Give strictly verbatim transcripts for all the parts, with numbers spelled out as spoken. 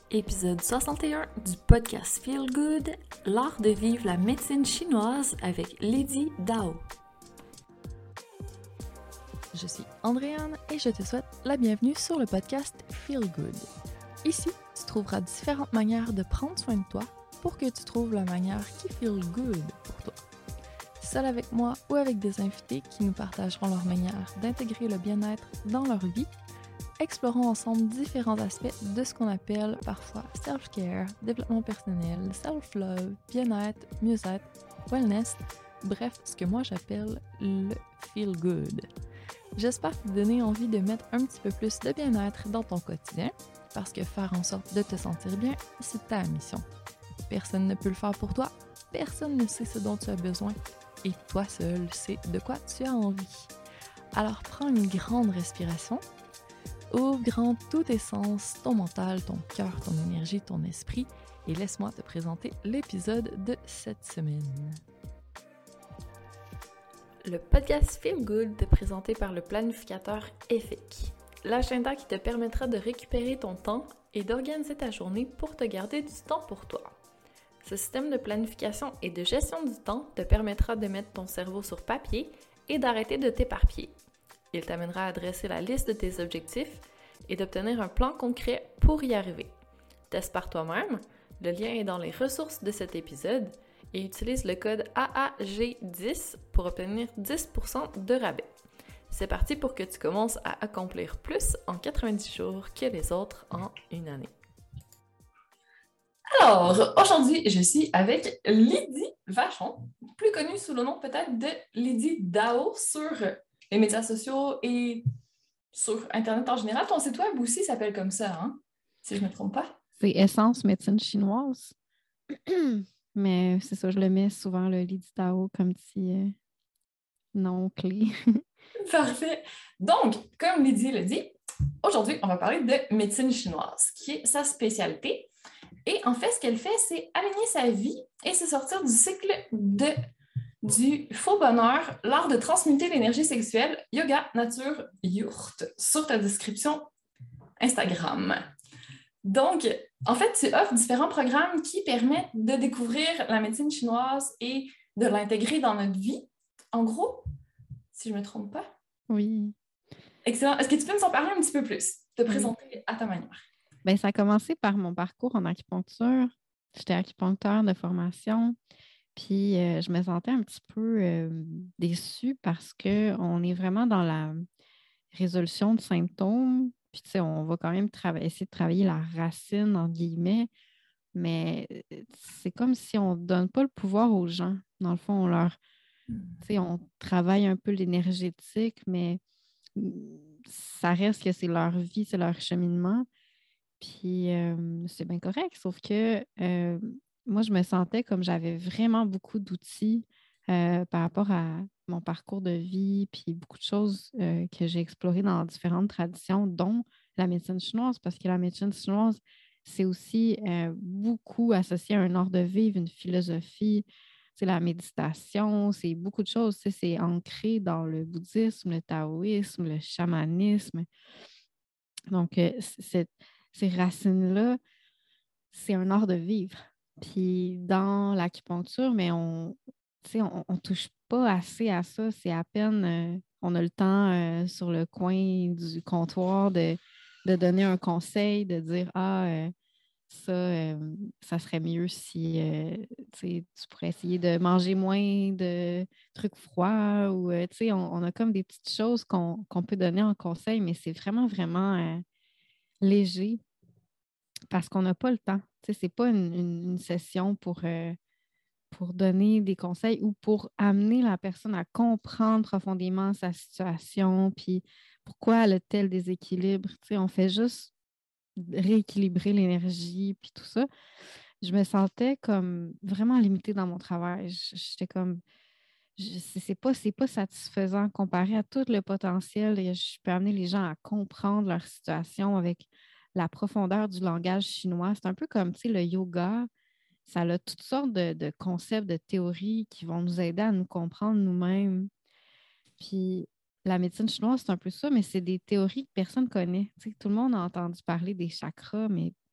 Épisode soixante et un du podcast Feel Good, l'art de vivre la médecine chinoise avec Lady Dao. Je suis Andréane et je te souhaite la bienvenue sur le podcast Feel Good. Ici, tu trouveras différentes manières de prendre soin de toi pour que tu trouves la manière qui feel good pour toi. Seul avec moi ou avec des invités qui nous partageront leur manière d'intégrer le bien-être dans leur vie. Explorons ensemble différents aspects de ce qu'on appelle parfois self-care, développement personnel, self-love, bien-être, mieux-être, wellness, bref, ce que moi j'appelle le feel good. J'espère te donner envie de mettre un petit peu plus de bien-être dans ton quotidien, parce que faire en sorte de te sentir bien, c'est ta mission. Personne ne peut le faire pour toi, personne ne sait ce dont tu as besoin, et toi seul sais de quoi tu as envie. Alors prends une grande respiration. Ouvre grand tous tes sens, ton mental, ton cœur, ton énergie, ton esprit, et laisse-moi te présenter l'épisode de cette semaine. Le podcast Feel Good est présenté par le planificateur Effic, l'agenda qui te permettra de récupérer ton temps et d'organiser ta journée pour te garder du temps pour toi. Ce système de planification et de gestion du temps te permettra de mettre ton cerveau sur papier et d'arrêter de t'éparpiller. Il t'amènera à dresser la liste de tes objectifs et d'obtenir un plan concret pour y arriver. Teste par toi-même, le lien est dans les ressources de cet épisode et utilise le code A A G dix pour obtenir dix pour cent de rabais. C'est parti pour que tu commences à accomplir plus en quatre-vingt-dix jours que les autres en une année. Alors, aujourd'hui, je suis avec Lydie Vachon, plus connue sous le nom peut-être de Lady Dao sur les médias sociaux et sur Internet en général. Ton site web aussi s'appelle comme ça, hein? Si je ne me trompe pas. C'est Essence médecine chinoise. Mais c'est ça, je le mets souvent, le Lady Dao, comme petit euh, nom clé. Parfait. Donc, comme Lydie le dit, aujourd'hui, on va parler de médecine chinoise, qui est sa spécialité. Et en fait, ce qu'elle fait, c'est aligner sa vie et se sortir du cycle de du faux bonheur, l'art de transmuter l'énergie sexuelle, yoga, nature, yurt, sur ta description Instagram. Donc, en fait, tu offres différents programmes qui permettent de découvrir la médecine chinoise et de l'intégrer dans notre vie. En gros, si je ne me trompe pas. Oui. Excellent. Est-ce que tu peux nous en parler un petit peu plus, te présenter oui. à ta manière? Bien, ça a commencé par mon parcours en acupuncture. J'étais acupuncteur de formation. Puis, euh, je me sentais un petit peu euh, déçue parce qu'on est vraiment dans la résolution de symptômes. Puis, tu sais, on va quand même trava- essayer de travailler la racine, entre guillemets. Mais c'est comme si on ne donne pas le pouvoir aux gens. Dans le fond, on leur, tu sais, on travaille un peu l'énergétique, mais ça reste que c'est leur vie, c'est leur cheminement. Puis euh, c'est bien correct, sauf que euh, moi, je me sentais comme j'avais vraiment beaucoup d'outils euh, par rapport à mon parcours de vie, puis beaucoup de choses euh, que j'ai explorées dans différentes traditions, dont la médecine chinoise, parce que la médecine chinoise, c'est aussi euh, beaucoup associé à un art de vivre, une philosophie. C'est la méditation, c'est beaucoup de choses. C'est ancré dans le bouddhisme, le taoïsme, le chamanisme. Donc, euh, c'est ces racines-là, c'est un art de vivre. Puis dans l'acupuncture, mais on on, on touche pas assez à ça. C'est à peine, euh, on a le temps euh, sur le coin du comptoir de, de donner un conseil, de dire, ah, euh, ça, euh, ça serait mieux si euh, tu pourrais essayer de manger moins de trucs froids ou, euh, tu sais, on, on a comme des petites choses qu'on qu'on peut donner en conseil, mais c'est vraiment, vraiment euh, léger. Parce qu'on n'a pas le temps. Tu sais, c'est pas une, une, une session pour, euh, pour donner des conseils ou pour amener la personne à comprendre profondément sa situation, puis pourquoi elle a tel déséquilibre. Tu sais, on fait juste rééquilibrer l'énergie, puis tout ça. Je me sentais comme vraiment limitée dans mon travail. J'étais comme, je, c'est pas, c'est pas satisfaisant comparé à tout le potentiel et je peux amener les gens à comprendre leur situation avec la profondeur du langage chinois. C'est un peu comme, tu sais, le yoga. Ça a toutes sortes de, de concepts, de théories qui vont nous aider à nous comprendre nous-mêmes. Puis la médecine chinoise, c'est un peu ça, mais c'est des théories que personne ne connaît. Tu sais, tout le monde a entendu parler des chakras, mais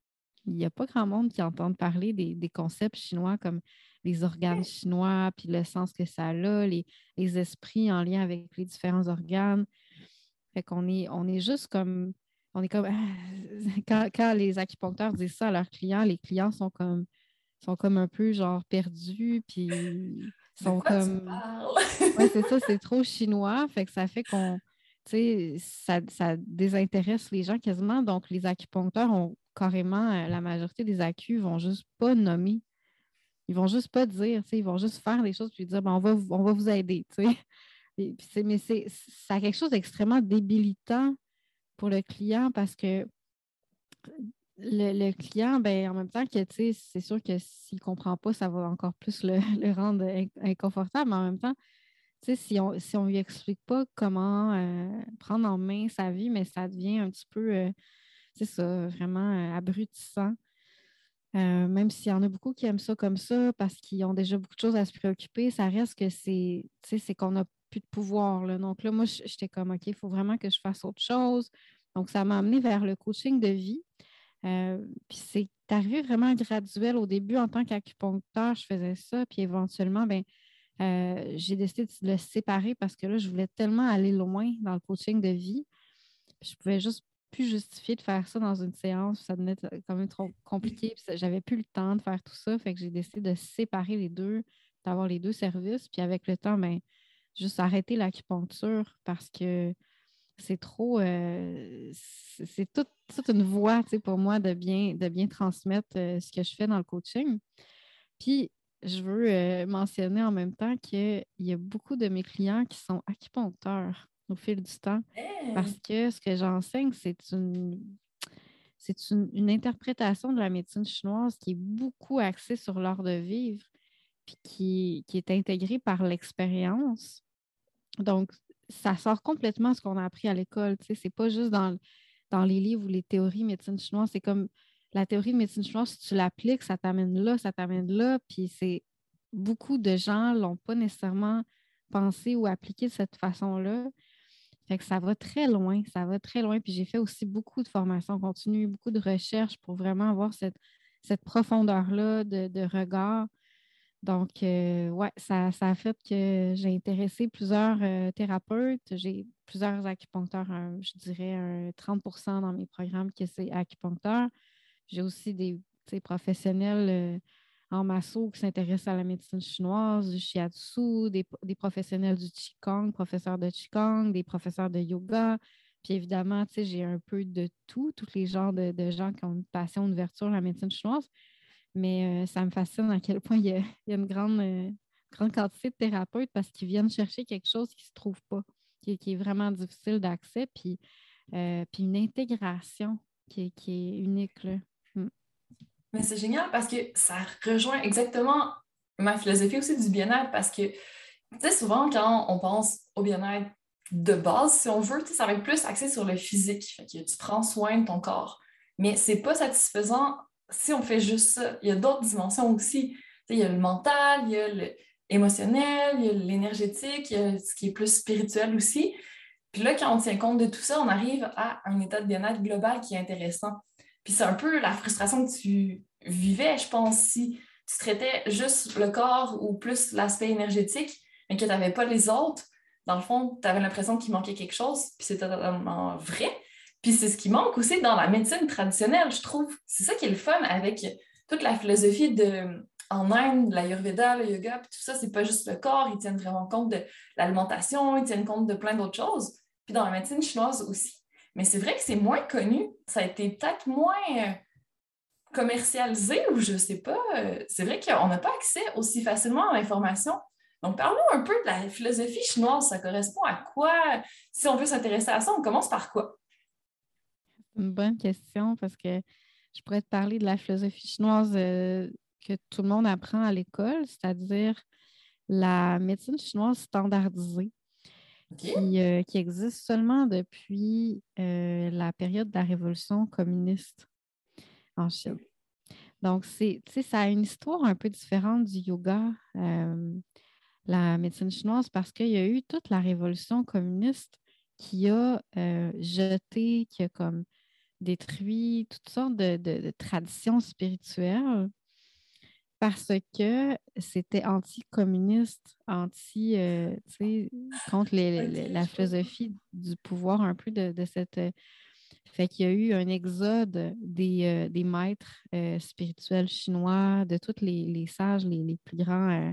il n'y a pas grand monde qui entend parler des, des concepts chinois comme les organes chinois, puis le sens que ça a, les, les esprits en lien avec les différents organes. Fait qu'on est, on est juste comme, on est comme, quand, quand les acupuncteurs disent ça à leurs clients, les clients sont comme, sont comme un peu genre perdus, puis De sont quoi tu comme, parles? ouais, c'est ça, c'est trop chinois, fait que ça fait qu'on, tu sais, ça, ça désintéresse les gens quasiment. Donc, les acupuncteurs ont carrément, euh, la majorité des accus vont juste pas nommer. Ils vont juste pas dire, tu sais, ils vont juste faire des choses puis dire, ben, on va, vous- on va vous aider, tu sais. Et puis c'est- mais c'est, ça a quelque chose d'extrêmement débilitant pour le client parce que le, le client, ben, en même temps que, tu sais, c'est sûr que s'il ne comprend pas, ça va encore plus le, le rendre in- inconfortable. Mais en même temps, tu sais, si on si on lui explique pas comment euh, prendre en main sa vie, mais ça devient un petit peu, euh, c'est ça, vraiment euh, abrutissant. Euh, même s'il y en a beaucoup qui aiment ça comme ça parce qu'ils ont déjà beaucoup de choses à se préoccuper, ça reste que c'est, tu sais, c'est qu'on n'a plus de pouvoir, là. Donc là, moi, j- j'étais comme, OK, il faut vraiment que je fasse autre chose. Donc, ça m'a amené vers le coaching de vie. Euh, puis c'est arrivé vraiment graduel. Au début, en tant qu'acupuncteur, je faisais ça. Puis éventuellement, ben, euh, j'ai décidé de le séparer parce que là, je voulais tellement aller loin dans le coaching de vie. Puis je pouvais juste plus justifier de faire ça dans une séance. Ça devenait t- quand même trop compliqué. Puis ça- j'avais plus le temps de faire tout ça. Fait que j'ai décidé de séparer les deux, d'avoir les deux services. Puis avec le temps, ben, juste arrêter l'acupuncture parce que c'est trop. euh, c'est c'est toute, toute une voie, tu sais, pour moi de bien, de bien transmettre euh, ce que je fais dans le coaching. Puis, je veux euh, mentionner en même temps qu'il y a beaucoup de mes clients qui sont acupuncteurs au fil du temps parce Hey! que ce que j'enseigne, c'est une, c'est une, une interprétation de la médecine chinoise qui est beaucoup axée sur l'art de vivre puis qui, qui est intégrée par l'expérience. Donc, ça sort complètement de ce qu'on a appris à l'école. Tu sais, c'est pas juste dans, dans les livres ou les théories de médecine chinoise. C'est comme la théorie de médecine chinoise, si tu l'appliques, ça t'amène là, ça t'amène là. Puis c'est beaucoup de gens ne l'ont pas nécessairement pensé ou appliqué de cette façon-là. Fait que ça va très loin, ça va très loin. Puis j'ai fait aussi beaucoup de formations continues, beaucoup de recherches pour vraiment avoir cette, cette profondeur-là de, de regard. Donc, euh, ouais, ça, ça a fait que j'ai intéressé plusieurs euh, thérapeutes. J'ai plusieurs acupuncteurs, un- je dirais un trente pour cent dans mes programmes que c'est acupuncteur. J'ai aussi des tu sais, professionnels euh, en masso qui s'intéressent à la médecine chinoise, du shiatsu, des, des professionnels du qigong, professeurs de qigong, des professeurs de yoga. Puis évidemment, tu sais, j'ai un peu de tout, tous les genres de, de gens qui ont une passion, une ouverture à la médecine chinoise. Mais euh, ça me fascine à quel point il y a, il y a une grande, euh, grande quantité de thérapeutes parce qu'ils viennent chercher quelque chose qui ne se trouve pas, qui, est qui est vraiment difficile d'accès, puis, euh, puis une intégration qui est, qui est unique, là. Mm. Mais c'est génial parce que ça rejoint exactement ma philosophie aussi du bien-être parce que, tu sais, souvent, quand on pense au bien-être de base, si on veut, tu sais, ça va être plus axé sur le physique. Fait que tu prends soin de ton corps. Mais c'est pas satisfaisant si on fait juste ça. Il y a d'autres dimensions aussi. Tu sais, il y a le mental, il y a l'émotionnel, il y a l'énergétique, il y a ce qui est plus spirituel aussi. Puis là, quand on tient compte de tout ça, on arrive à un état de bien-être global qui est intéressant. Puis c'est un peu la frustration que tu vivais, je pense, si tu traitais juste le corps ou plus l'aspect énergétique, mais que tu n'avais pas les autres. Dans le fond, tu avais l'impression qu'il manquait quelque chose, puis c'est totalement vrai. Puis c'est ce qui manque aussi dans la médecine traditionnelle, je trouve. C'est ça qui est le fun avec toute la philosophie de, en Inde, l'Ayurveda, le yoga, puis tout ça, c'est pas juste le corps, ils tiennent vraiment compte de l'alimentation, ils tiennent compte de plein d'autres choses. Puis dans la médecine chinoise aussi. Mais c'est vrai que c'est moins connu. Ça a été peut-être moins euh, commercialisé ou je sais pas. Euh, c'est vrai qu'on n'a pas accès aussi facilement à l'information. Donc, parlons un peu de la philosophie chinoise. Ça correspond à quoi? Si on veut s'intéresser à ça, on commence par quoi? C'est une bonne question parce que je pourrais te parler de la philosophie chinoise euh, que tout le monde apprend à l'école, c'est-à-dire la médecine chinoise standardisée. OK? Qui, euh, qui existe seulement depuis euh, la période de la révolution communiste en Chine. Donc, c'est, tu sais, ça a une histoire un peu différente du yoga, euh, la médecine chinoise, parce qu'il y a eu toute la révolution communiste qui a euh, jeté, qui a comme détruit toutes sortes de, de, de traditions spirituelles parce que c'était anti-communiste, anti, euh, tu sais, contre les, les, Ok, la je vois. philosophie du pouvoir un peu de, de cette... euh, fait qu'il y a eu un exode des, euh, des maîtres euh, spirituels chinois, de tous les, les sages, les, les plus grands euh,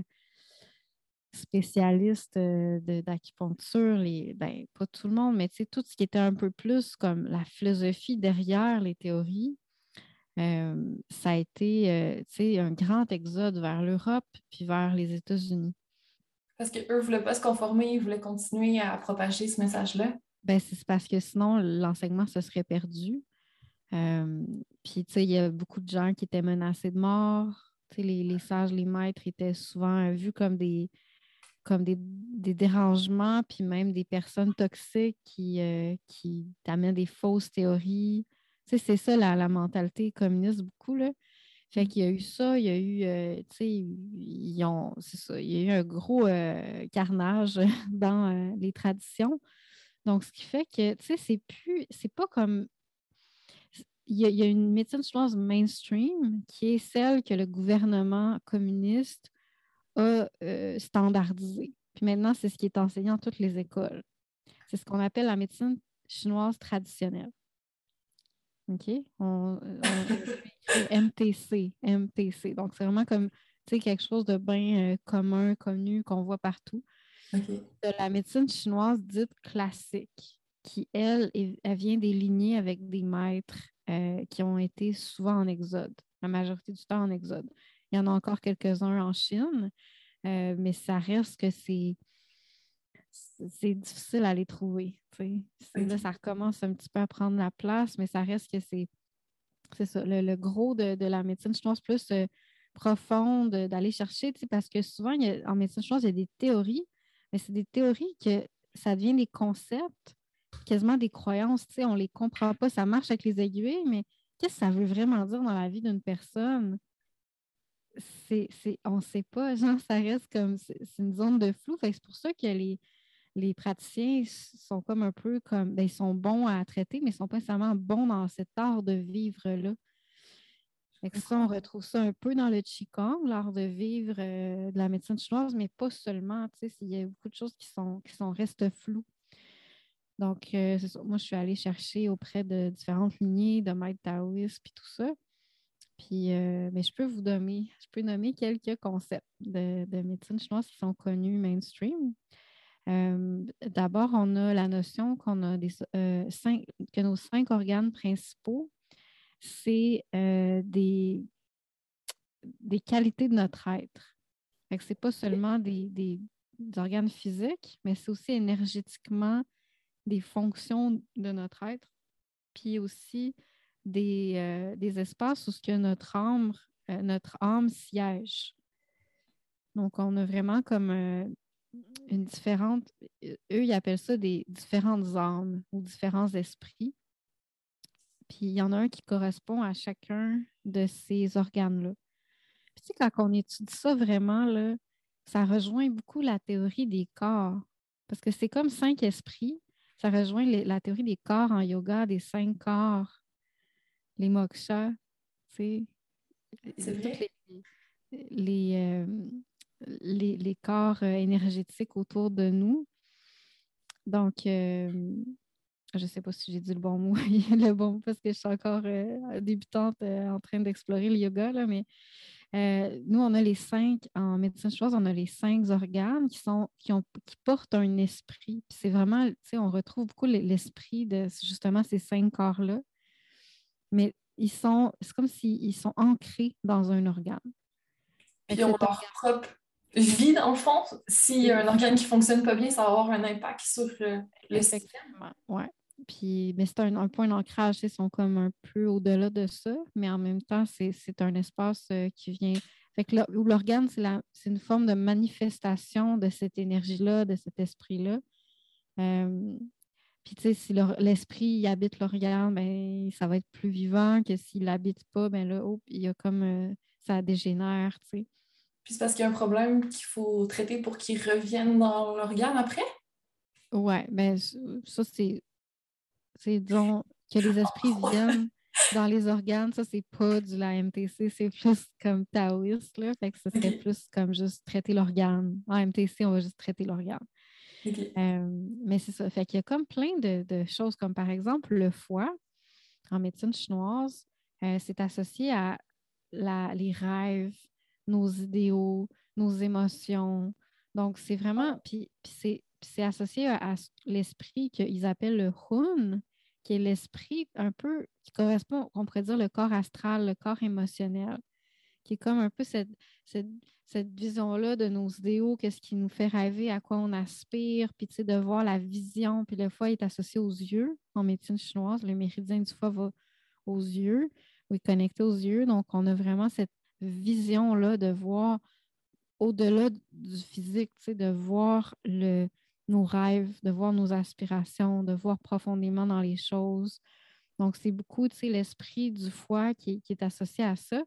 spécialistes euh, de- d'acupuncture, les, ben, pas tout le monde, mais tu sais, tout ce qui était un peu plus comme la philosophie derrière les théories. Euh, ça a été euh, tu sais, un grand exode vers l'Europe puis vers les États-Unis. Parce qu'eux ne voulaient pas se conformer, ils voulaient continuer à propager ce message-là. Ben, c'est parce que sinon, l'enseignement se serait perdu. Euh, puis, tu sais, il y a beaucoup de gens qui étaient menacés de mort. Tu sais, les, les sages, les maîtres étaient souvent euh, vus comme des, comme des, des dérangements, puis même des personnes toxiques qui, euh, qui t'amènent des fausses théories. Tu sais, c'est ça la, la mentalité communiste, beaucoup, là. Fait qu'il y a eu ça, il y a eu, euh, tu sais, ils ont, c'est ça, il y a eu un gros euh, carnage dans euh, les traditions. Donc, ce qui fait que, tu sais, c'est plus, c'est pas comme, il y, a, il y a une médecine chinoise mainstream qui est celle que le gouvernement communiste a euh, standardisée. Puis maintenant, c'est ce qui est enseigné dans toutes les écoles. C'est ce qu'on appelle la médecine chinoise traditionnelle. OK? On, on, écrit M T C, M T C. Donc, c'est vraiment comme, tu sais, quelque chose de bien euh, commun, connu, qu'on voit partout. OK. De la médecine chinoise dite classique, qui, elle, est- elle vient des lignées avec des maîtres euh, qui ont été souvent en exode, la majorité du temps en exode. Il y en a encore quelques-uns en Chine, euh, mais ça reste que c'est c'est difficile à les trouver. Tu sais. C'est- Là, OK. ça recommence un petit peu à prendre la place, mais ça reste que c'est c'est ça, le, le gros de, de la médecine chinoise plus euh, profonde, d'aller chercher, tu sais, parce que souvent, il y a- en médecine chinoise, il y a des théories, mais c'est des théories que ça devient des concepts, quasiment des croyances, tu sais, on ne les comprend pas, ça marche avec les aiguilles, mais qu'est-ce que ça veut vraiment dire dans la vie d'une personne? C'est, c'est, on ne sait pas, genre, ça reste comme, c'est c'est une zone de flou, fait que c'est pour ça que les, les praticiens sont comme un peu comme, ben, ils sont bons à traiter, mais ils ne sont pas nécessairement bons dans cet art de vivre-là. Fait que ça, on retrouve ça un peu dans le Qigong, l'art de vivre euh, de la médecine chinoise, mais pas seulement. Tu sais, il y a beaucoup de choses qui sont, qui sont restent floues. Donc, euh, c'est ça. Moi, je suis allée chercher auprès de différentes lignées de maîtres taoïstes puis tout ça. Puis, euh, mais je peux vous nommer, je peux nommer quelques concepts de, de médecine chinoise qui sont connus mainstream. Euh, D'abord, on a la notion qu'on a des, euh, cinq, que nos cinq organes principaux, c'est euh, des, des qualités de notre être. Fait que c'est pas seulement des, des- des organes physiques, mais c'est aussi énergétiquement des fonctions de notre être, puis aussi des, euh, des espaces où ce que notre âme, euh, notre âme siège. Donc, on a vraiment comme euh, une différente, eux, ils appellent ça des différentes âmes ou différents esprits. Puis il y en a un qui correspond à chacun de ces organes-là. Puis, tu sais, quand on étudie ça vraiment, là, ça rejoint beaucoup la théorie des corps. Parce que c'est comme cinq esprits. Ça rejoint les- la théorie des corps en yoga, des cinq corps, les moksha, tu sais, C'est toutes vrai? les, les, euh, les, les corps euh, énergétiques autour de nous. Donc, euh, je ne sais pas si j'ai dit le bon mot, le bon mot parce que je suis encore euh, débutante euh, en train d'explorer le yoga, là, mais Euh, nous, on a les cinq, en médecine chinoise, on a les cinq organes qui sont, qui ont, qui portent un esprit. Puis c'est vraiment, tu sais, on retrouve beaucoup l'esprit de justement ces cinq corps-là. Mais ils sont, c'est comme s'ils sont ancrés dans un organe. Fait Puis que ils ont cet leur organe, propre vie, dans le fond. S'il y a un organe qui ne fonctionne pas bien, ça va avoir un impact sur euh, le système. effectivement, ouais. Puis, mais c'est un, un point d'ancrage, ils sont comme un peu au-delà de ça, mais en même temps, c'est c'est un espace euh, qui vient. Fait que là, où l'organe, c'est la- c'est une forme de manifestation de cette énergie-là, de cet esprit-là. Euh, Puis, tu sais, si leur- l'esprit il habite l'organe, ben, ça va être plus vivant que s'il l'habite pas, ben là, oh, il y a comme euh, ça dégénère, tu sais. Puis c'est parce qu'il y a un problème qu'il faut traiter pour qu'il revienne dans l'organe après. Ouais, ben ça, c'est, c'est, disons, que les esprits Oh. viennent dans les organes. Ça, c'est pas du la M T C, c'est plus comme taoïste, là. Fait que ce serait OK. plus comme juste traiter l'organe. En M T C, on va juste traiter l'organe. OK. Euh, mais c'est ça. Fait qu'il y a comme plein de, de choses, comme par exemple le foie, en médecine chinoise, euh, c'est associé à la, les rêves, nos idéaux, nos émotions. Donc, c'est vraiment, puis, puis c'est, puis c'est associé à, à l'esprit qu'ils appellent le Hun, qui est l'esprit un peu, qui correspond, on pourrait dire, le corps astral, le corps émotionnel, qui est comme un peu cette, cette, cette vision-là de nos idéaux, qu'est-ce qui nous fait rêver, à quoi on aspire, puis tu sais, de voir la vision, puis le foie est associé aux yeux. En médecine chinoise, le méridien du foie va aux yeux, ou est connecté aux yeux. Donc, on a vraiment cette vision-là de voir au-delà du physique, tu sais, de voir le, nos rêves, de voir nos aspirations, de voir profondément dans les choses. Donc, c'est beaucoup, tu sais, l'esprit du foie qui, qui est associé à ça.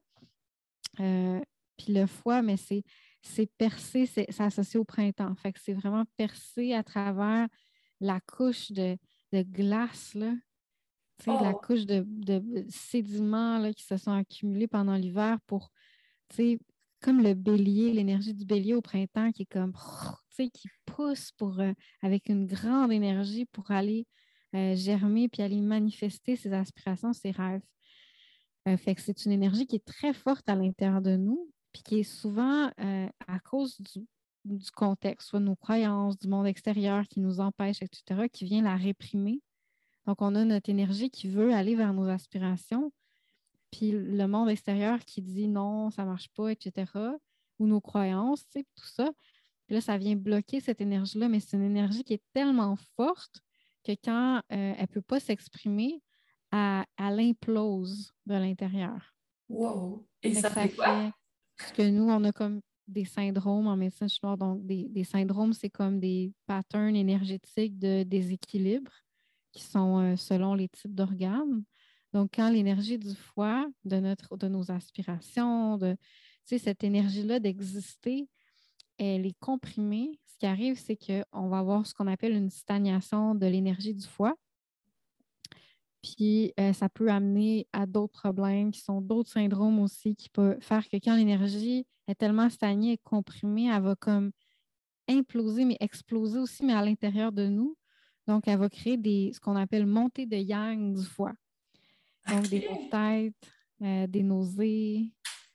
Euh, puis le foie, mais c'est, c'est percé, c'est, c'est associé au printemps. Fait que c'est vraiment percé à travers la couche de, de glace, là. Tu sais, la Oh. couche de, de sédiments là, qui se sont accumulés pendant l'hiver pour, tu sais, comme le bélier, l'énergie du bélier au printemps qui est comme, tu sais, qui pousse pour, euh, avec une grande énergie pour aller euh, germer puis aller manifester ses aspirations, ses rêves. Euh, fait que c'est une énergie qui est très forte à l'intérieur de nous, puis qui est souvent euh, à cause du, du contexte, soit de nos croyances, du monde extérieur qui nous empêche, et cetera, qui vient la réprimer. Donc, on a notre énergie qui veut aller vers nos aspirations, puis le monde extérieur qui dit non, ça ne marche pas, et cetera, ou nos croyances, tu sais, tout ça. Puis là, ça vient bloquer cette énergie-là, mais c'est une énergie qui est tellement forte que quand euh, elle ne peut pas s'exprimer, elle, elle implose de l'intérieur. Wow. Et Fait que ça ça fait quoi? fait ce que nous, on a comme des syndromes en médecine chinoise. Donc, des, des syndromes, c'est comme des patterns énergétiques de déséquilibre qui sont euh, selon les types d'organes. Donc, quand l'énergie du foie, de, notre, de nos aspirations, de cette énergie-là d'exister, elle est comprimée, ce qui arrive, c'est qu'on va avoir ce qu'on appelle une stagnation de l'énergie du foie. Puis, euh, ça peut amener à d'autres problèmes qui sont d'autres syndromes aussi qui peuvent faire que quand l'énergie est tellement stagnée et comprimée, elle va comme imploser, mais exploser aussi, mais à l'intérieur de nous. Donc, elle va créer des, ce qu'on appelle montée de yang du foie. Donc, des maux de OK. tête, euh, des nausées,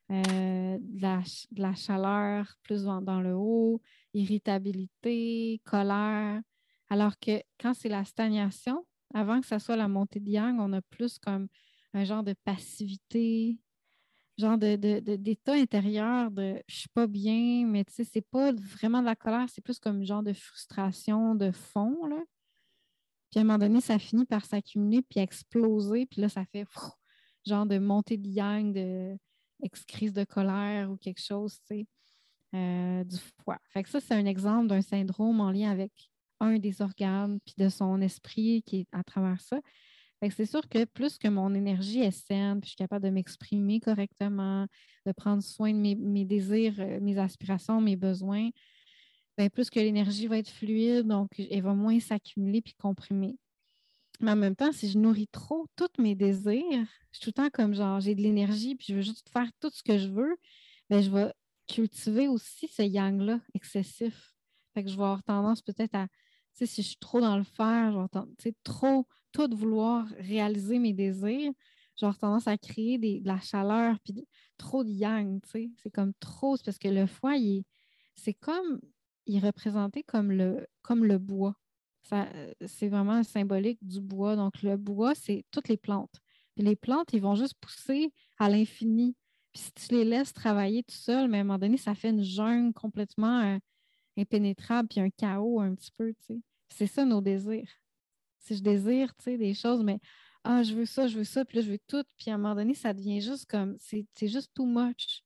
euh, de, la, de la chaleur plus dans, dans le haut, irritabilité, colère. Alors que quand c'est la stagnation, avant que ça soit la montée de yang, on a plus comme un genre de passivité, genre de, de, de- d'état intérieur de je suis pas bien, mais tu sais, c'est pas vraiment de la colère, c'est plus comme un genre de frustration de fond, là. Puis à un moment donné, ça finit par s'accumuler puis exploser, puis là, ça fait pff, genre de montée de yang, de crise de colère ou quelque chose, tu sais, euh, du foie. Fait que ça, c'est un exemple d'un syndrome en lien avec un des organes puis de son esprit qui est à travers ça. Fait que c'est sûr que plus que mon énergie est saine, puis je suis capable de m'exprimer correctement, de prendre soin de mes, mes désirs, euh, mes aspirations, mes besoins, ben, plus que l'énergie va être fluide, donc elle va moins s'accumuler puis comprimer. Mais en même temps, si je nourris trop tous mes désirs, je suis tout le temps comme genre, j'ai de l'énergie puis je veux juste faire tout ce que je veux, ben, je vais cultiver aussi ce yang-là excessif. Fait que je vais avoir tendance peut-être à, tu sais, si je suis trop dans le faire, je vais avoir ten- tu sais, trop tout vouloir réaliser mes désirs, je vais avoir tendance à créer des- de la chaleur puis de- trop de yang, tu sais. C'est comme trop, c'est parce que le foie, il est- c'est comme, il est représenté comme le, comme le bois. Ça, euh, c'est vraiment symbolique du bois. Donc, le bois, c'est toutes les plantes. Puis les plantes, ils vont juste pousser à l'infini. Puis si tu les laisses travailler tout seul, mais à un moment donné, ça fait une jungle complètement euh, impénétrable, puis un chaos un petit peu, tu sais. C'est ça nos désirs. Si je désire, tu sais, des choses, mais ah, je veux ça, je veux ça, puis là, je veux tout. Puis à un moment donné, ça devient juste comme, c'est c'est juste too much.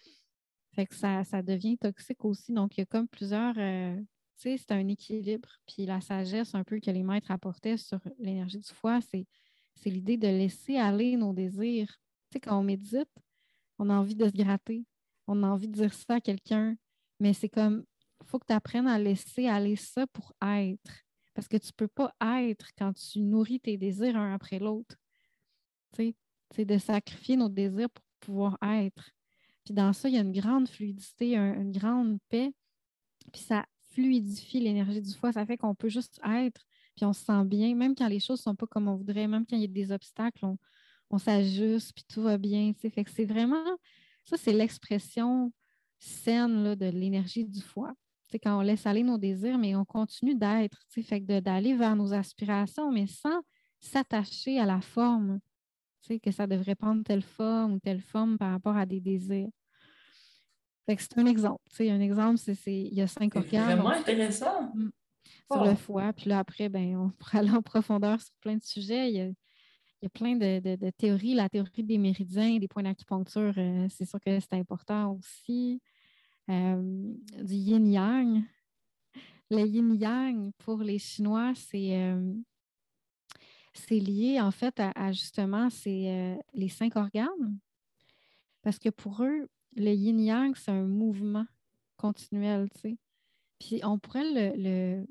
Fait que ça, ça devient toxique aussi. Donc, il y a comme plusieurs, euh, tu sais, c'est un équilibre. Puis la sagesse un peu que les maîtres apportaient sur l'énergie du foie, c'est, c'est l'idée de laisser aller nos désirs. Tu sais, quand on médite, on a envie de se gratter, on a envie de dire ça à quelqu'un, mais c'est comme, il faut que tu apprennes à laisser aller ça pour être. Parce que tu ne peux pas être quand tu nourris tes désirs un après l'autre. Tu sais, c'est de sacrifier nos désirs pour pouvoir être. Puis dans ça, il y a une grande fluidité, un- une grande paix. Puis ça fluidifie l'énergie du foie. Ça fait qu'on peut juste être, puis on se sent bien, même quand les choses ne sont pas comme on voudrait, même quand il y a des obstacles, on, on s'ajuste, puis tout va bien. Tu sais. Fait que c'est vraiment, ça, c'est l'expression saine là, de l'énergie du foie. C'est quand on laisse aller nos désirs, mais on continue d'être. Tu sais. Fait que de- d'aller vers nos aspirations, mais sans s'attacher à la forme. Tu sais, que ça devrait prendre telle forme ou telle forme par rapport à des désirs. Fait que c'est un exemple. Tu sais, un exemple, c'est, c'est, il y a cinq C'est organes vraiment donc, intéressant. mm, sur le Wow. foie. Puis là, après, ben, on pourra aller en profondeur sur plein de sujets. Il y a, il y a plein de, de- de théories. La théorie des méridiens, des points d'acupuncture, euh, c'est sûr que c'est important aussi. Euh, du yin-yang. Le yin-yang, pour les Chinois, c'est, euh, c'est lié en fait à, à justement c'est, euh, les cinq organes. Parce que pour eux, le yin-yang, c'est un mouvement continuel, tu sais. Puis on pourrait le, le,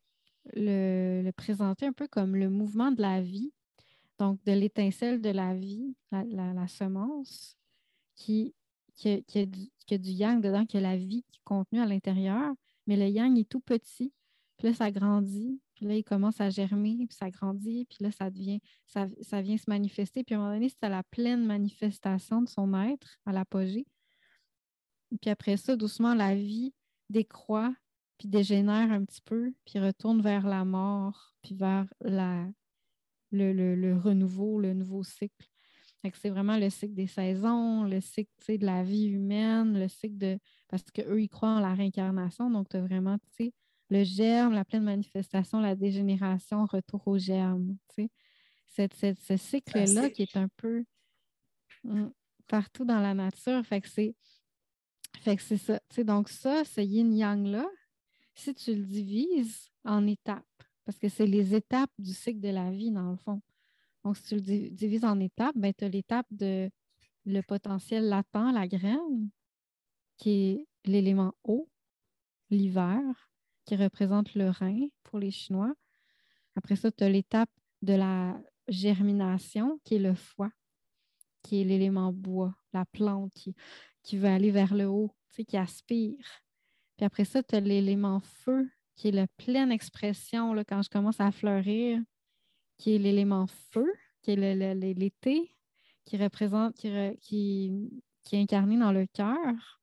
le- le présenter un peu comme le mouvement de la vie, donc de l'étincelle de la vie, la, la- la semence, qui, qui, a, qui a du, qui a du yang dedans, qui a la vie qui est contenue à l'intérieur, mais le yang est tout petit. Puis là, ça grandit, puis là, il commence à germer, puis ça grandit, puis là, ça devient, ça, ça vient se manifester. Puis à un moment donné, c'est à la pleine manifestation de son être, à l'apogée. Puis après ça, doucement, la vie décroît, puis dégénère un petit peu, puis retourne vers la mort, puis vers la, le, le, le renouveau, le nouveau cycle. Fait que c'est vraiment le cycle des saisons, le cycle tu sais, de la vie humaine, le cycle de. Parce qu'eux, ils croient en la réincarnation, donc tu as vraiment tu sais, le germe, la pleine manifestation, la dégénération, retour au germe. Tu sais. Cette, cette- ce Un cycle-là qui cycle. est un peu mm, partout dans la nature. Fait que c'est fait que c'est ça. Tu sais, donc ça, ce yin-yang-là, si tu le divises en étapes, parce que c'est les étapes du cycle de la vie, dans le fond. Donc, si tu le di- divises en étapes, ben, tu as l'étape de le potentiel latent, la graine, qui est l'élément eau, l'hiver, qui représente le rein pour les Chinois. Après ça, tu as l'étape de la germination, qui est le foie, qui est l'élément bois, la plante qui, qui veut aller vers le haut, tu sais, qui aspire. Puis après ça, tu as l'élément feu, qui est la pleine expression là, quand je commence à fleurir, qui est l'élément feu, qui est le- le- le- l'été, qui représente, qui, re- qui, qui est incarné dans le cœur.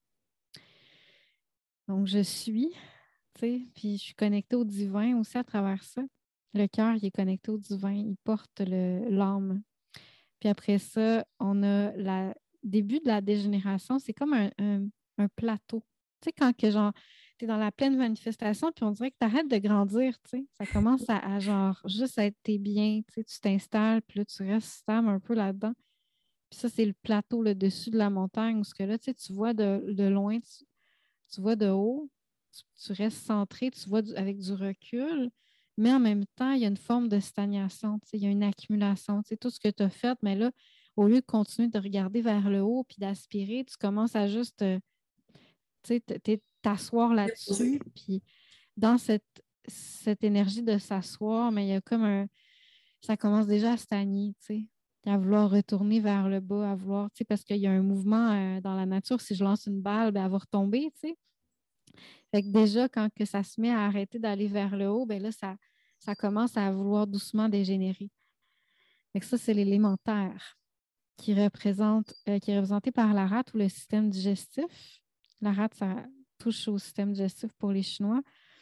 Donc, je suis, tu sais, puis je suis connectée au divin aussi à travers ça. Le cœur, il est connecté au divin, il porte le- l'âme. Puis après ça, on a le début de la dégénération, c'est comme un, un- un plateau. Tu sais, quand que genre, tu es dans la pleine manifestation, puis on dirait que tu arrêtes de grandir, tu sais. Ça commence à, à genre juste être tes biens, tu sais, tu t'installes, puis là, tu restes stable un peu là-dedans. Puis ça, c'est le plateau, le dessus de la montagne, où ce que là, tu sais, tu vois de, de loin, tu, tu vois de haut, tu, tu restes centré, tu vois du- avec du recul, mais en même temps, il y a une forme de stagnation, tu sais, il y a une accumulation. Tu sais, tout ce que tu as fait, mais là, au lieu de continuer de regarder vers le haut puis d'aspirer, tu commences à juste euh, tu sais, t- t- t'asseoir là-dessus. Puis dans cette, cette énergie de s'asseoir, mais il y a comme un. Ça commence déjà à stagner, tu sais, à vouloir retourner vers le bas, à vouloir, tu sais, parce qu'il y a un mouvement euh, dans la nature. Si je lance une balle, ben, elle va retomber, tu sais. Fait que déjà, quand que ça se met à arrêter d'aller vers le haut, ben là, ça, ça commence à vouloir doucement dégénérer. Fait que ça, c'est l'élémentaire qui représente, euh, qui est représenté par la rate ou le système digestif. La rate, ça touche au système digestif pour les Chinois.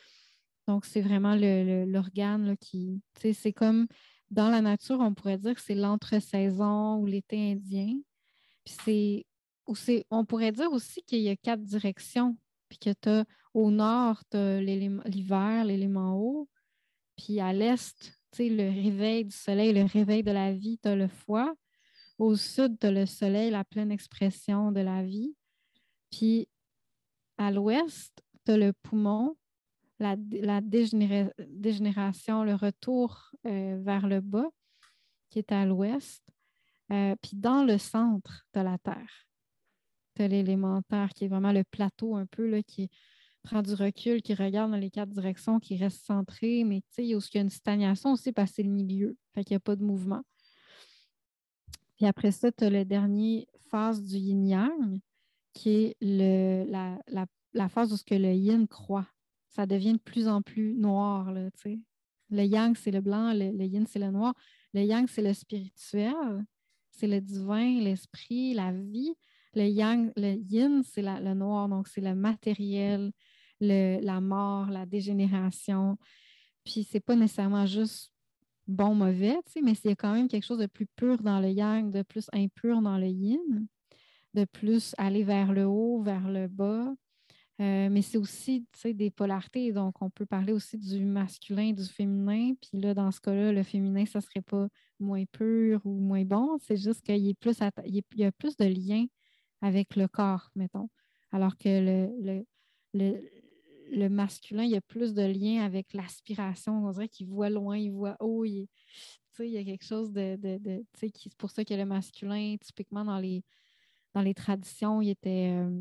Donc, c'est vraiment le- le- l'organe là, qui, tu sais, c'est comme dans la nature, on pourrait dire que c'est l'entre-saison ou l'été indien. Puis c'est, ou c'est, on pourrait dire aussi qu'il y a quatre directions. Puis que tu as au nord, tu as l'hiver, l'élément eau. Puis à l'est, tu sais, le réveil du soleil, le réveil de la vie, tu as le foie. Au sud, tu as le soleil, la pleine expression de la vie. Puis à l'ouest, tu as le poumon, la, la dégénéra- dégénération, le retour euh, vers le bas, qui est à l'ouest. Euh, puis dans le centre, tu as la terre. Tu as l'élémentaire, qui est vraiment le plateau un peu, là, qui est prend du recul, qui regarde dans les quatre directions, qui reste centré, mais tu sais, il y a aussi une stagnation aussi parce que c'est le milieu. Fait qu'il n'y a pas de mouvement. Puis après ça, tu as le dernier phase du yin-yang, qui est le, la, la, la phase où ce que le yin croît. Ça devient de plus en plus noir, là, tu sais. Le yang, c'est le blanc, le, le yin, c'est le noir. Le yang, c'est le spirituel, c'est le divin, l'esprit, la vie. Le yang, le yin, c'est la, le noir, donc c'est le matériel, le, la mort, la dégénération. Puis c'est pas nécessairement juste bon, mauvais, tu sais, mais il y a quand même quelque chose de plus pur dans le yang, de plus impur dans le yin, de plus aller vers le haut, vers le bas. Euh, mais c'est aussi, tu sais, des polarités. Donc, on peut parler aussi du masculin et du féminin. Puis là, dans ce cas-là, le féminin, ça ne serait pas moins pur ou moins bon. C'est juste qu'il est plus atta- il, est- il y a plus de lien avec le corps, mettons. Alors que le, le, le, le masculin, il y a plus de lien avec l'aspiration. On dirait qu'il voit loin, il voit haut. Il, tu sais, il y a quelque chose de... de, de tu sais, qui- c'est pour ça que le masculin, typiquement dans les, dans les traditions, il était... euh,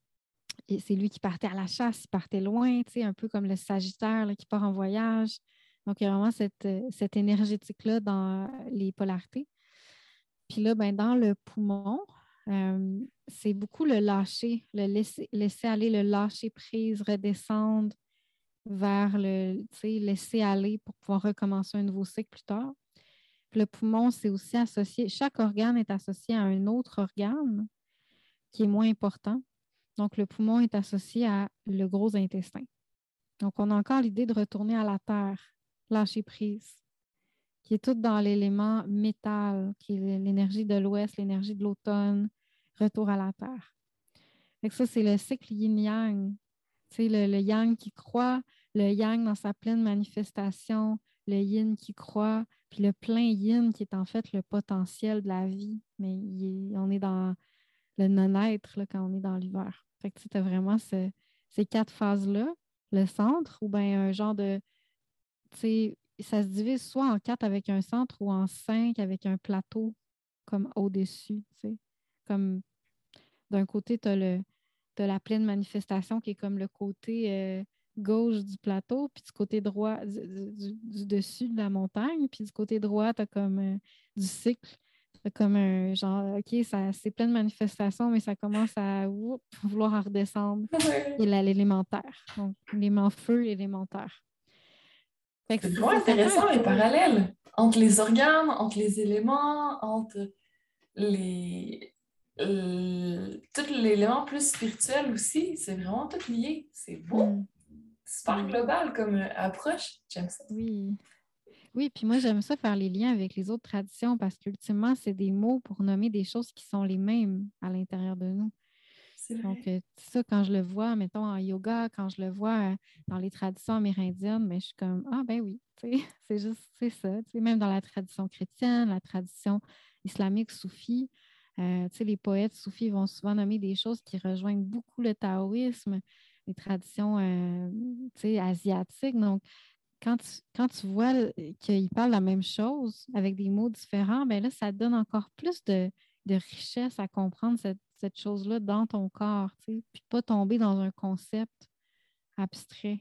et c'est lui qui partait à la chasse, il partait loin, tu sais, un peu comme le Sagittaire là, qui part en voyage. Donc, il y a vraiment cette, euh, cette énergétique-là dans les polarités. Puis là, ben, dans le poumon, euh, c'est beaucoup le lâcher, le laisser, laisser aller, le lâcher prise, redescendre vers le, tu sais, laisser aller pour pouvoir recommencer un nouveau cycle plus tard. Puis le poumon, c'est aussi associé, chaque organe est associé à un autre organe qui est moins important. Donc, le poumon est associé à le gros intestin. Donc, on a encore l'idée de retourner à la terre, lâcher prise, qui est tout dans l'élément métal, qui est l'énergie de l'ouest, l'énergie de l'automne, retour à la terre. Donc, ça, c'est le cycle yin-yang. Tu sais, le, le yang qui croît, le yang dans sa pleine manifestation, le yin qui croît, puis le plein yin qui est en fait le potentiel de la vie. Mais il est, on est dans le non-être là, quand on est dans l'hiver. Fait que tu as vraiment ce, ces quatre phases-là. Le centre, ou bien un genre de, tu sais, ça se divise soit en quatre avec un centre ou en cinq avec un plateau comme au-dessus, tu sais. Comme d'un côté, tu as le, t'as la pleine manifestation qui est comme le côté euh, gauche du plateau, puis du côté droit, du, du- du dessus de la montagne, puis du côté droit, tu as comme euh, du cycle. T'as comme un genre, OK, ça, c'est pleine manifestation, mais ça commence à oup, vouloir en redescendre. Ouais. Et là, l'élémentaire. Donc, l'élément feu, élémentaire. Fait que C'est c'est vraiment ça, ça fait un intéressant les peu. parallèles entre les organes, entre les éléments, entre les, le- tout l'élément plus spirituel aussi. C'est vraiment tout lié. C'est beau. Hmm, Super oui, global comme euh, approche. J'aime ça. oui. Oui, puis moi, j'aime ça faire les liens avec les autres traditions parce qu'ultimement, c'est des mots pour nommer des choses qui sont les mêmes à l'intérieur de nous. C'est Donc, vrai. euh, ça, quand je le vois, mettons en yoga, quand je le vois euh, dans les traditions amérindiennes, mais je suis comme, ah ben oui, tu sais, c'est juste, c'est ça. Tu sais, même dans la tradition chrétienne, la tradition islamique soufie, euh, tu sais, les poètes soufis vont souvent nommer des choses qui rejoignent beaucoup le taoïsme, les traditions, euh, tu sais, asiatiques. Donc, quand tu, quand tu vois euh, qu'ils parlent la même chose avec des mots différents, ben là, ça te donne encore plus de, de richesse à comprendre cette, cette chose-là dans ton corps, tu sais, puis pas tomber dans un concept abstrait.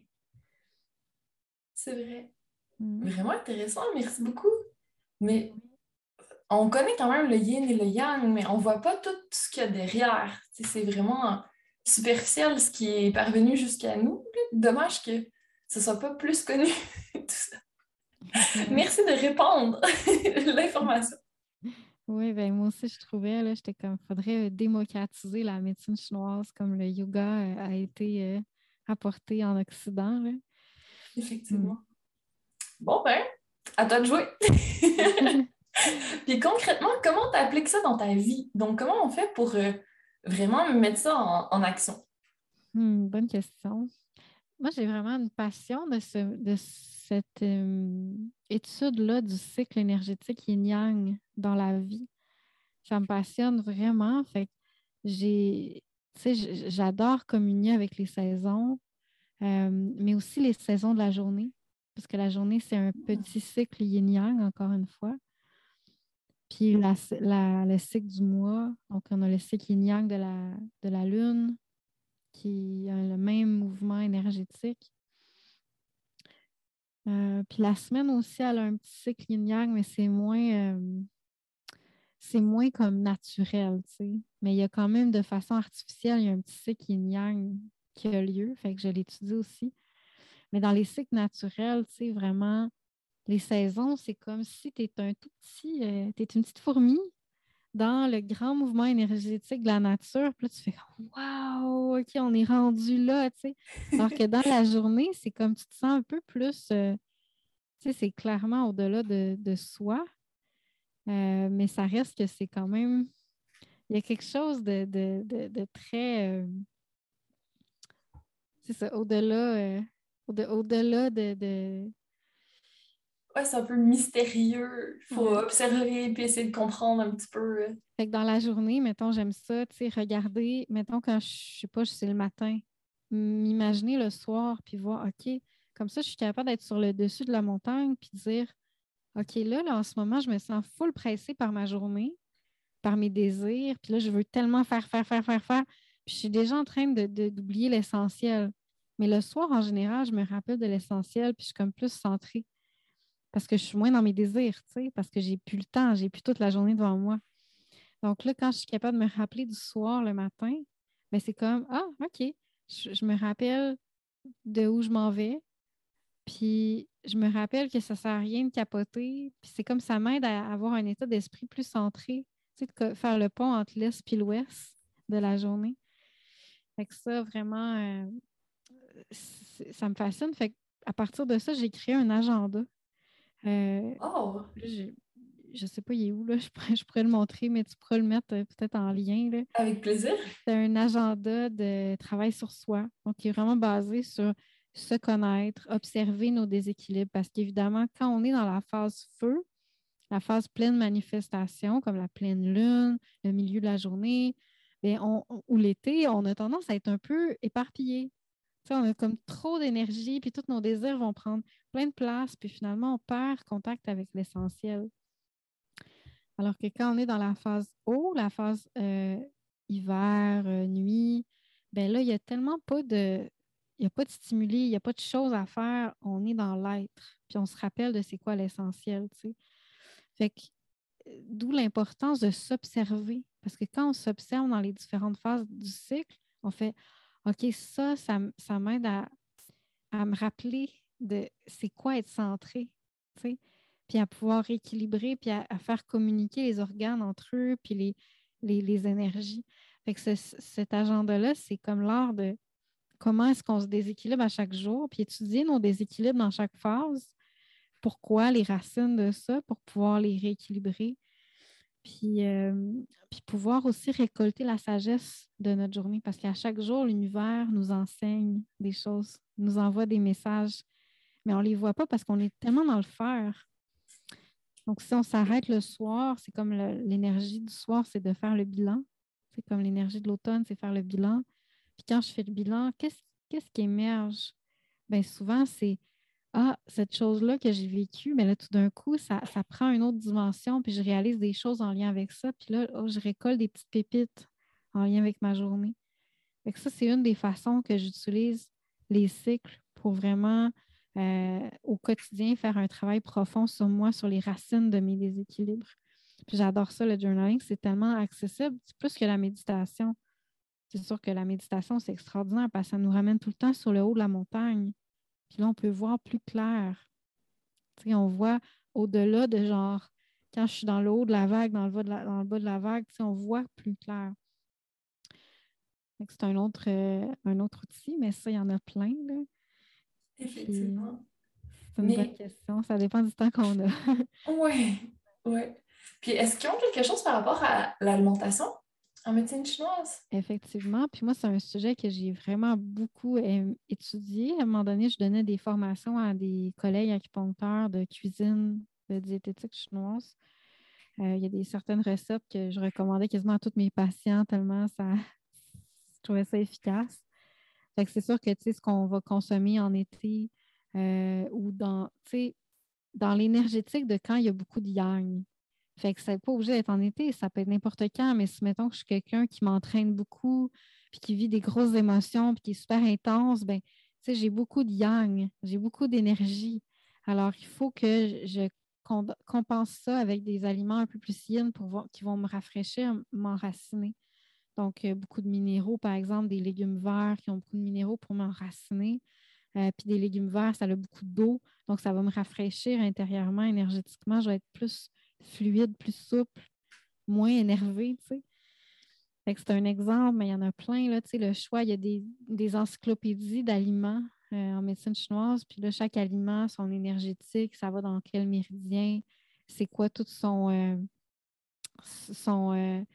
C'est vrai. Mm. Vraiment intéressant. Merci beaucoup. Mais on connaît quand même le yin et le yang, mais on voit pas tout ce qu'il y a derrière. Tu sais, c'est vraiment superficiel ce qui est parvenu jusqu'à nous. Dommage que ce soit pas plus connu. Tout ça. Ouais. Merci de répondre l'information. Oui, ben moi aussi, je trouvais, là, j'étais comme, faudrait euh, démocratiser la médecine chinoise comme le yoga euh, a été euh, apporté en Occident, là. Mm. Effectivement. Bon, ben, à toi de jouer. Puis concrètement, comment tu appliques ça dans ta vie? Donc, comment on fait pour euh, vraiment mettre ça en, en action? Hmm, bonne question. Moi, j'ai vraiment une passion de, ce, de cette euh, étude-là du cycle énergétique yin-yang dans la vie. Ça me passionne vraiment. Fait que j'ai, tu sais, j- j'adore communier avec les saisons, euh, mais aussi les saisons de la journée, parce que la journée, c'est un petit cycle yin-yang, encore une fois. Puis la, la- le cycle du mois, donc on a le cycle yin-yang de la, de la lune, qui a le même mouvement énergétique. Euh, puis la semaine aussi, elle a un petit cycle yin-yang, mais c'est moins, euh, c'est moins comme naturel, tu sais. Mais il y a quand même de façon artificielle, il y a un petit cycle yin-yang qui a lieu, fait que je l'étudie aussi. Mais dans les cycles naturels, tu sais, vraiment, les saisons, c'est comme si tu es un tout petit, euh, tu es une petite fourmi dans le grand mouvement énergétique de la nature. Puis là, tu fais waouh, OK, on est rendu là, tu sais. Alors que dans la journée, c'est comme tu te sens un peu plus, euh, tu sais, c'est clairement au-delà de, de soi, euh, mais ça reste que c'est quand même, il y a quelque chose de, de, de, de très, euh, c'est ça, au-delà, euh, au-de- au-delà de, de Ouais, c'est un peu mystérieux. Il faut ouais. observer puis essayer de comprendre un petit peu. euh. Fait que dans la journée, mettons, j'aime ça, tu sais, regarder, mettons, quand je je sais pas, c'est le matin, m'imaginer le soir, puis voir, OK, comme ça, je suis capable d'être sur le dessus de la montagne, puis dire, OK, là, là, en ce moment, je me sens full pressée par ma journée, par mes désirs, puis là, je veux tellement faire, faire, faire, faire, faire, puis je suis déjà en train de, de- d'oublier l'essentiel. Mais le soir, en général, je me rappelle de l'essentiel, puis je suis comme plus centrée, parce que je suis moins dans mes désirs, tu sais, parce que j'ai plus le temps, j'ai plus toute la journée devant moi. Donc là, quand je suis capable de me rappeler du soir le matin, ben c'est comme, ah, OK, je, je me rappelle de où je m'en vais, puis je me rappelle que ça ne sert à rien de capoter, puis c'est comme ça m'aide à avoir un état d'esprit plus centré, tu sais, de co- faire le pont entre l'Est et l'Ouest de la journée. Fait que ça, vraiment, euh, c'est- ça me fascine. Fait à partir de ça, j'ai créé un agenda. Euh, Oh! là, j'ai- je ne sais pas, il est où, là. Je pourrais, je pourrais le montrer, mais tu pourrais le mettre euh, peut-être en lien, là. Avec plaisir. C'est un agenda de travail sur soi, donc qui est vraiment basé sur se connaître, observer nos déséquilibres, parce qu'évidemment, quand on est dans la phase feu, la phase pleine manifestation, comme la pleine lune, le milieu de la journée, bien, on, on- ou l'été, on a tendance à être un peu éparpillé. Tu sais, on a comme trop d'énergie, puis tous nos désirs vont prendre plein de place, puis finalement, on perd contact avec l'essentiel. Alors que quand on est dans la phase eau, la phase euh, hiver, euh, nuit, ben là, il n'y a tellement pas de, il y a pas de stimuli, il n'y a pas de choses à faire. On est dans l'être. Puis on se rappelle de c'est quoi l'essentiel, tu sais. Fait que, euh, d'où l'importance de s'observer. Parce que quand on s'observe dans les différentes phases du cycle, on fait OK, ça, ça, m- ça m'aide à, à me rappeler de c'est quoi être centré, tu sais, puis à pouvoir rééquilibrer, puis à, à faire communiquer les organes entre eux, puis les, les, les énergies. Fait que ce- cet agenda-là, c'est comme l'art de comment est-ce qu'on se déséquilibre à chaque jour, puis étudier nos déséquilibres dans chaque phase. Pourquoi les racines de ça, pour pouvoir les rééquilibrer, puis, euh, puis pouvoir aussi récolter la sagesse de notre journée, parce qu'à chaque jour, l'univers nous enseigne des choses, nous envoie des messages, mais on ne les voit pas parce qu'on est tellement dans le faire. Donc, si on s'arrête le soir, c'est comme le- l'énergie du soir, c'est de faire le bilan. C'est comme l'énergie de l'automne, c'est faire le bilan. Puis quand je fais le bilan, qu'est-ce qu'est-ce qui émerge? Bien, souvent, c'est ah, cette chose-là que j'ai vécue, mais là, tout d'un coup, ça, ça prend une autre dimension, puis je réalise des choses en lien avec ça. Puis là, oh, je récolte des petites pépites en lien avec ma journée. Fait que ça, c'est une des façons que j'utilise les cycles pour vraiment, euh, au quotidien, faire un travail profond sur moi, sur les racines de mes déséquilibres. Puis j'adore ça, le journaling, c'est tellement accessible, c'est plus que la méditation. C'est sûr que la méditation, c'est extraordinaire parce que ça nous ramène tout le temps sur le haut de la montagne. Puis là, on peut voir plus clair. Tu sais, on voit au-delà de genre, quand je suis dans le haut de la vague, dans le bas de la, dans le bas de la vague, tu sais, on voit plus clair. Fait que c'est un autre, euh, un autre outil, mais ça, il y en a plein, là. Puis, Effectivement. c'est une bonne Mais, question. Ça dépend du temps qu'on a. ouais, ouais. Puis, est-ce qu'ils ont quelque chose par rapport à l'alimentation en médecine chinoise? Effectivement. Puis moi, c'est un sujet que j'ai vraiment beaucoup euh, étudié. À un moment donné, je donnais des formations à des collègues acupuncteurs de cuisine, de diététique chinoise. Euh, il y a des certaines recettes que je recommandais quasiment à tous mes patients tellement ça, je trouvais ça efficace. Fait que c'est sûr que tu sais, ce qu'on va consommer en été euh, ou dans, tu sais, dans l'énergétique de quand il y a beaucoup de yang. Fait que c'est pas obligé d'être en été, ça peut être n'importe quand, mais si mettons que je suis quelqu'un qui m'entraîne beaucoup, puis qui vit des grosses émotions, puis qui est super intense, ben, tu sais, j'ai beaucoup de yang, j'ai beaucoup d'énergie. Alors, il faut que je compense ça avec des aliments un peu plus yin pour voir, qui vont me rafraîchir, m'enraciner. Donc, euh, beaucoup de minéraux, par exemple, des légumes verts qui ont beaucoup de minéraux pour m'enraciner. Euh, puis des légumes verts, ça a beaucoup d'eau, donc ça va me rafraîchir intérieurement, énergétiquement. Je vais être plus fluide, plus souple, moins énervée, tu sais. Fait que c'est un exemple, mais il y en a plein, là, tu sais, le choix, il y a des, des encyclopédies d'aliments euh, en médecine chinoise, puis là, chaque aliment, son énergétique, ça va dans quel méridien, c'est quoi tout son... Euh, son euh,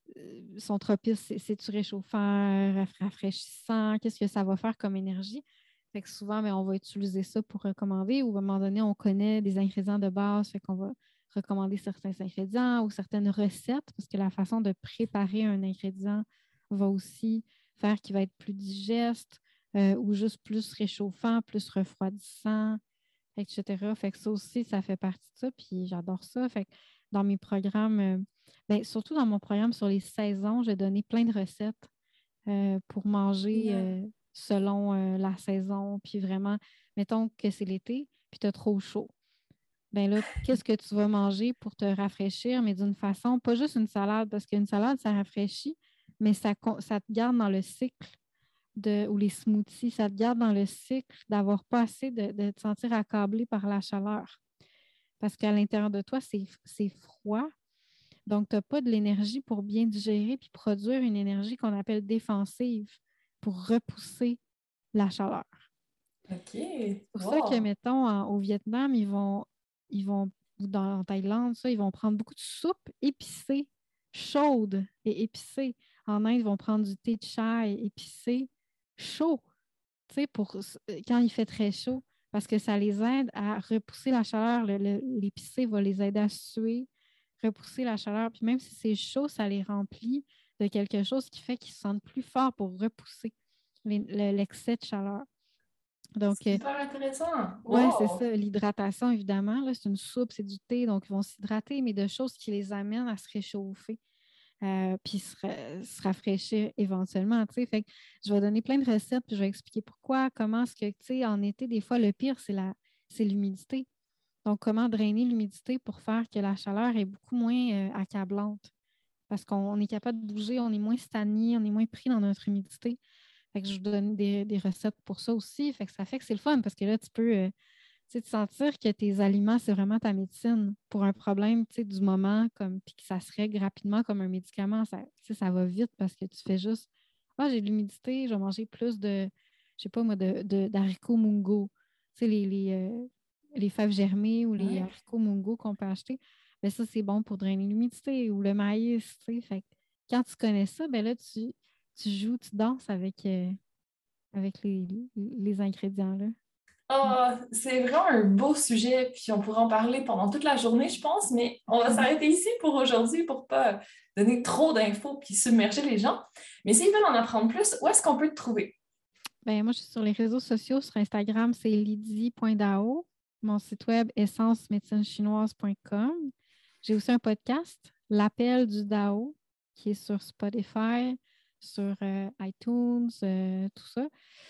son tropisme, c'est-tu réchauffant, rafraîchissant, qu'est-ce que ça va faire comme énergie? Fait que souvent, mais on va utiliser ça pour recommander ou à un moment donné, on connaît des ingrédients de base, fait qu'on va recommander certains ingrédients ou certaines recettes parce que la façon de préparer un ingrédient va aussi faire qu'il va être plus digeste euh, ou juste plus réchauffant, plus refroidissant, et cetera. Fait que ça aussi, ça fait partie de ça, puis j'adore ça. Fait que dans mes programmes, euh, bien, surtout dans mon programme sur les saisons, j'ai donné plein de recettes euh, pour manger euh, selon euh, la saison. Puis vraiment, mettons que c'est l'été, puis tu as trop chaud. Bien là, qu'est-ce que tu vas manger pour te rafraîchir, mais d'une façon, pas juste une salade, parce qu'une salade, ça rafraîchit, mais ça, ça te garde dans le cycle de, ou les smoothies, ça te garde dans le cycle d'avoir pas assez de, de te sentir accablé par la chaleur. Parce qu'à l'intérieur de toi, c'est, c'est froid. Donc, tu n'as pas de l'énergie pour bien digérer puis produire une énergie qu'on appelle défensive pour repousser la chaleur. OK. C'est pour wow. ça que, mettons, en, au Vietnam, ils vont, ils vont, ou dans, en Thaïlande, ça, ils vont prendre beaucoup de soupe épicée, chaude et épicée. En Inde, ils vont prendre du thé de chai épicé, chaud, tu sais, pour quand il fait très chaud, parce que ça les aide à repousser la chaleur. Le, le, l'épicé va les aider à suer, repousser la chaleur. Puis même si c'est chaud, ça les remplit de quelque chose qui fait qu'ils se sentent plus forts pour repousser les, le, l'excès de chaleur. Donc, super intéressant. Oui, wow. c'est ça. L'hydratation, évidemment, là, c'est une soupe, c'est du thé, donc ils vont s'hydrater, mais de choses qui les amènent à se réchauffer. Euh, puis se, se rafraîchir éventuellement, tu sais. Fait que je vais donner plein de recettes, puis je vais expliquer pourquoi, comment est-ce que, tu sais, en été, des fois, le pire, c'est, la, c'est l'humidité. Donc, comment drainer l'humidité pour faire que la chaleur est beaucoup moins euh, accablante. Parce qu'on est capable de bouger, on est moins stagné, on est moins pris dans notre humidité. Fait que je vous donne des, des recettes pour ça aussi. Fait que ça fait que c'est le fun, parce que là, tu peux... Euh, tu sais, te sentir que tes aliments, c'est vraiment ta médecine pour un problème, tu sais, du moment, comme, puis que ça se règle rapidement comme un médicament. Ça, tu sais, ça va vite parce que tu fais juste « Ah, j'ai de l'humidité, je vais manger plus de, je sais pas moi, de, de, d'haricots mungo. » Tu sais, les, les, euh, les fèves germées ou les Ouais. haricots mungo qu'on peut acheter. Bien, ça, c'est bon pour drainer l'humidité ou le maïs, tu sais. Fait que quand tu connais ça, ben là, tu, tu joues, tu danses avec, euh, avec les, les ingrédients, là. Oh, c'est vraiment un beau sujet, puis on pourra en parler pendant toute la journée, je pense, mais on va s'arrêter ici pour aujourd'hui pour ne pas donner trop d'infos puis submerger les gens. Mais s'ils veulent en apprendre plus, où est-ce qu'on peut te trouver? Ben, moi, je suis sur les réseaux sociaux. Sur Instagram, c'est lydie point dao. Mon site web, essence médecine chinoise point com. J'ai aussi un podcast, L'appel du Dao, qui est sur Spotify, sur euh, iTunes, euh, tout ça.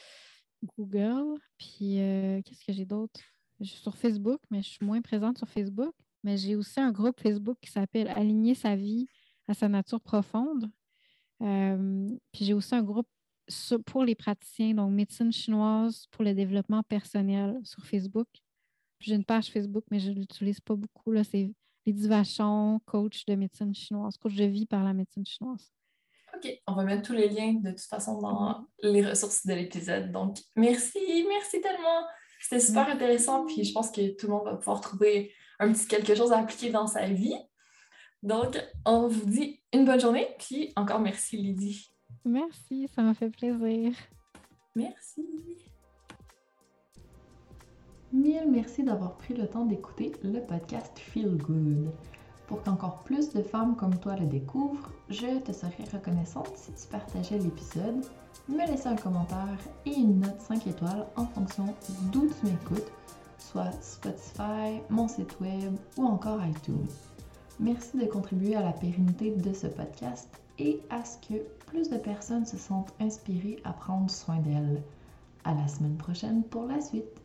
Google. Puis, euh, qu'est-ce que j'ai d'autre? Je suis sur Facebook, mais je suis moins présente sur Facebook. Mais j'ai aussi un groupe Facebook qui s'appelle Aligner sa vie à sa nature profonde. Euh, puis j'ai aussi un groupe sur, pour les praticiens, donc médecine chinoise pour le développement personnel sur Facebook. Puis j'ai une page Facebook, mais je ne l'utilise pas beaucoup. Là, c'est Lydie Vachon, coach de médecine chinoise, coach de vie par la médecine chinoise. OK, on va mettre tous les liens de toute façon dans les ressources de l'épisode. Donc, merci, merci tellement. C'était super intéressant, puis je pense que tout le monde va pouvoir trouver un petit quelque chose à appliquer dans sa vie. Donc, on vous dit une bonne journée, puis encore merci, Lydie. Merci, ça m'a fait plaisir. Merci. Mille merci d'avoir pris le temps d'écouter le podcast Feel Good. Pour qu'encore plus de femmes comme toi le découvrent, je te serais reconnaissante si tu partageais l'épisode, me laissais un commentaire et une note cinq étoiles en fonction d'où tu m'écoutes, soit Spotify, mon site web ou encore iTunes. Merci de contribuer à la pérennité de ce podcast et à ce que plus de personnes se sentent inspirées à prendre soin d'elles. À la semaine prochaine pour la suite.